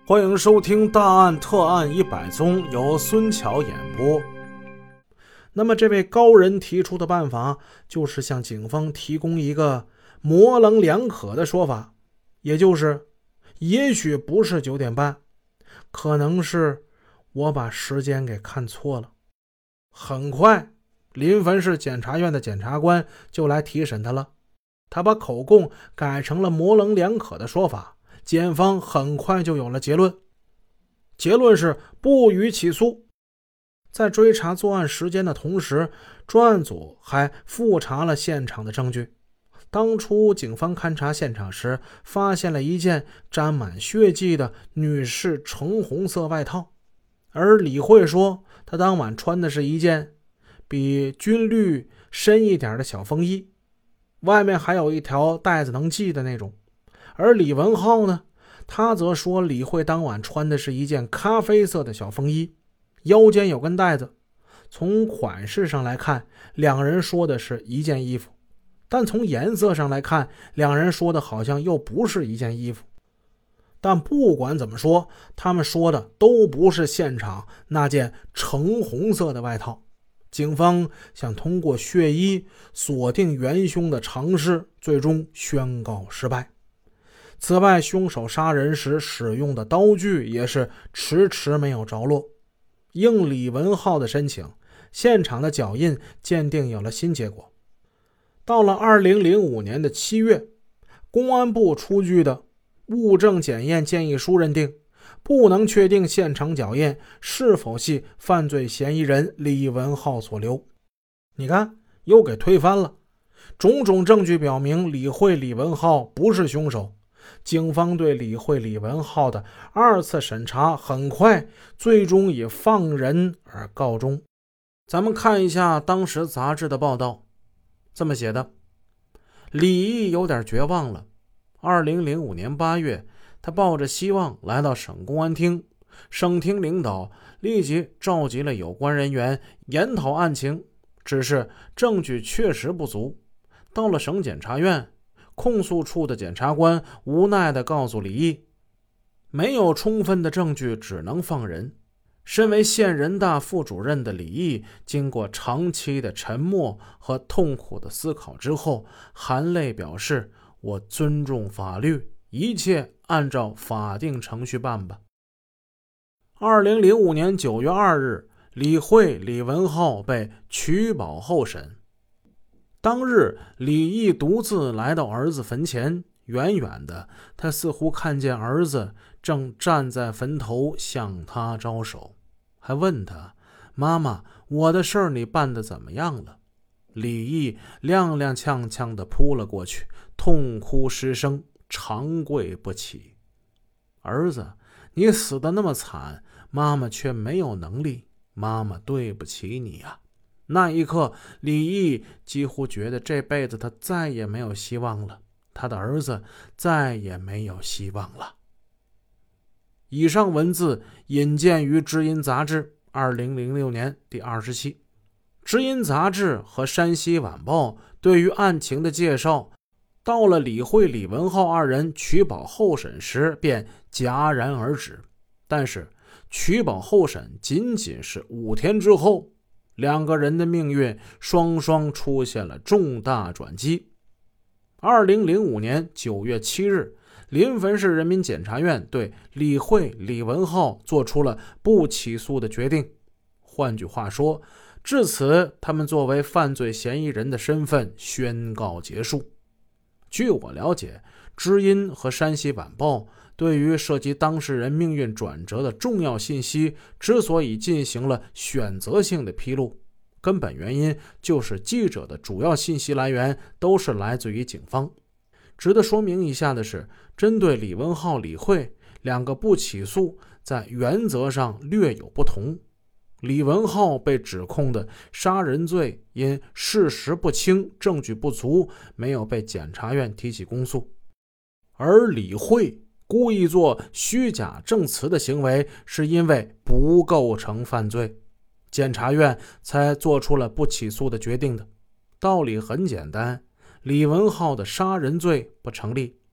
欢迎收听《大案特案100宗》，由孙桥演播。那么这位高人提出的办法，就是向警方提供一个模棱两可的说法，也就是也许不是9点半，可能是我把时间给看错了。很快临汾市检察院的检察官就来提审他了，他把口供改成了模棱两可的说法，检方很快就有了结论，结论是不予起诉。在追查作案时间的同时，专案组还复查了现场的证据。当初警方勘查现场时，发现了一件沾满血迹的女士橙红色外套，而李慧说她当晚穿的是一件比军绿深一点的小风衣，外面还有一条带子能系的那种。而李文浩呢，他则说李慧当晚穿的是一件咖啡色的小风衣，腰间有根带子。从款式上来看，两人说的是一件衣服，但从颜色上来看，两人说的好像又不是一件衣服。但不管怎么说，他们说的都不是现场那件橙红色的外套。警方想通过血衣锁定元凶的尝试，最终宣告失败。此外，凶手杀人时使用的刀具也是迟迟没有着落。应李文浩的申请，现场的脚印鉴定有了新结果。到了2005年的7月，公安部出具的物证检验建议书认定，不能确定现场脚印是否系犯罪嫌疑人李文浩所留。你看，又给推翻了。种种证据表明李慧、李文浩不是凶手。警方对李慧、李文浩的2次审查很快最终以放人而告终。咱们看一下当时杂志的报道，这么写的：李毅有点绝望了。2005年8月，他抱着希望来到省公安厅，省厅领导立即召集了有关人员研讨案情，只是证据确实不足。到了省检察院，控诉处的检察官无奈地告诉李毅，没有充分的证据，只能放人。身为县人大副主任的李毅，经过长期的沉默和痛苦的思考之后，含泪表示，我尊重法律，一切按照法定程序办吧。2005年9月2日，李慧、李文浩被取保候审。当日，李毅独自来到儿子坟前，远远的，他似乎看见儿子正站在坟头向他招手，还问他：妈妈，我的事儿你办得怎么样了？李毅踉踉跄跄地扑了过去，痛哭失声，长跪不起。儿子，你死得那么惨，妈妈却没有能力，妈妈对不起你啊。那一刻，李毅几乎觉得这辈子他再也没有希望了，他的儿子再也没有希望了。以上文字引荐于《知音》杂志2006年第20期。《知音》杂志和《山西晚报》对于案情的介绍，到了李慧、李文浩2人取保候审时便戛然而止。但是取保候审仅仅是5天之后，两个人的命运双双出现了重大转机。2005年9月7日，临汾市人民检察院对李慧、李文浩做出了不起诉的决定。换句话说，至此他们作为犯罪嫌疑人的身份宣告结束。据我了解，知音和山西晚报对于涉及当事人命运转折的重要信息之所以进行了选择性的披露，根本原因就是记者的主要信息来源都是来自于警方。值得说明一下的是，针对李文浩、李慧两个不起诉，在原则上略有不同。李文浩被指控的杀人罪因事实不清、证据不足，没有被检察院提起公诉，而李慧故意做虚假证词的行为是因为不构成犯罪，检察院才做出了不起诉的决定的。道理很简单，李文浩的杀人罪不成立，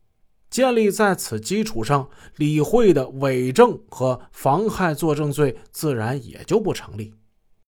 建立在此基础上，李慧的伪证和妨害作证罪自然也就不成立。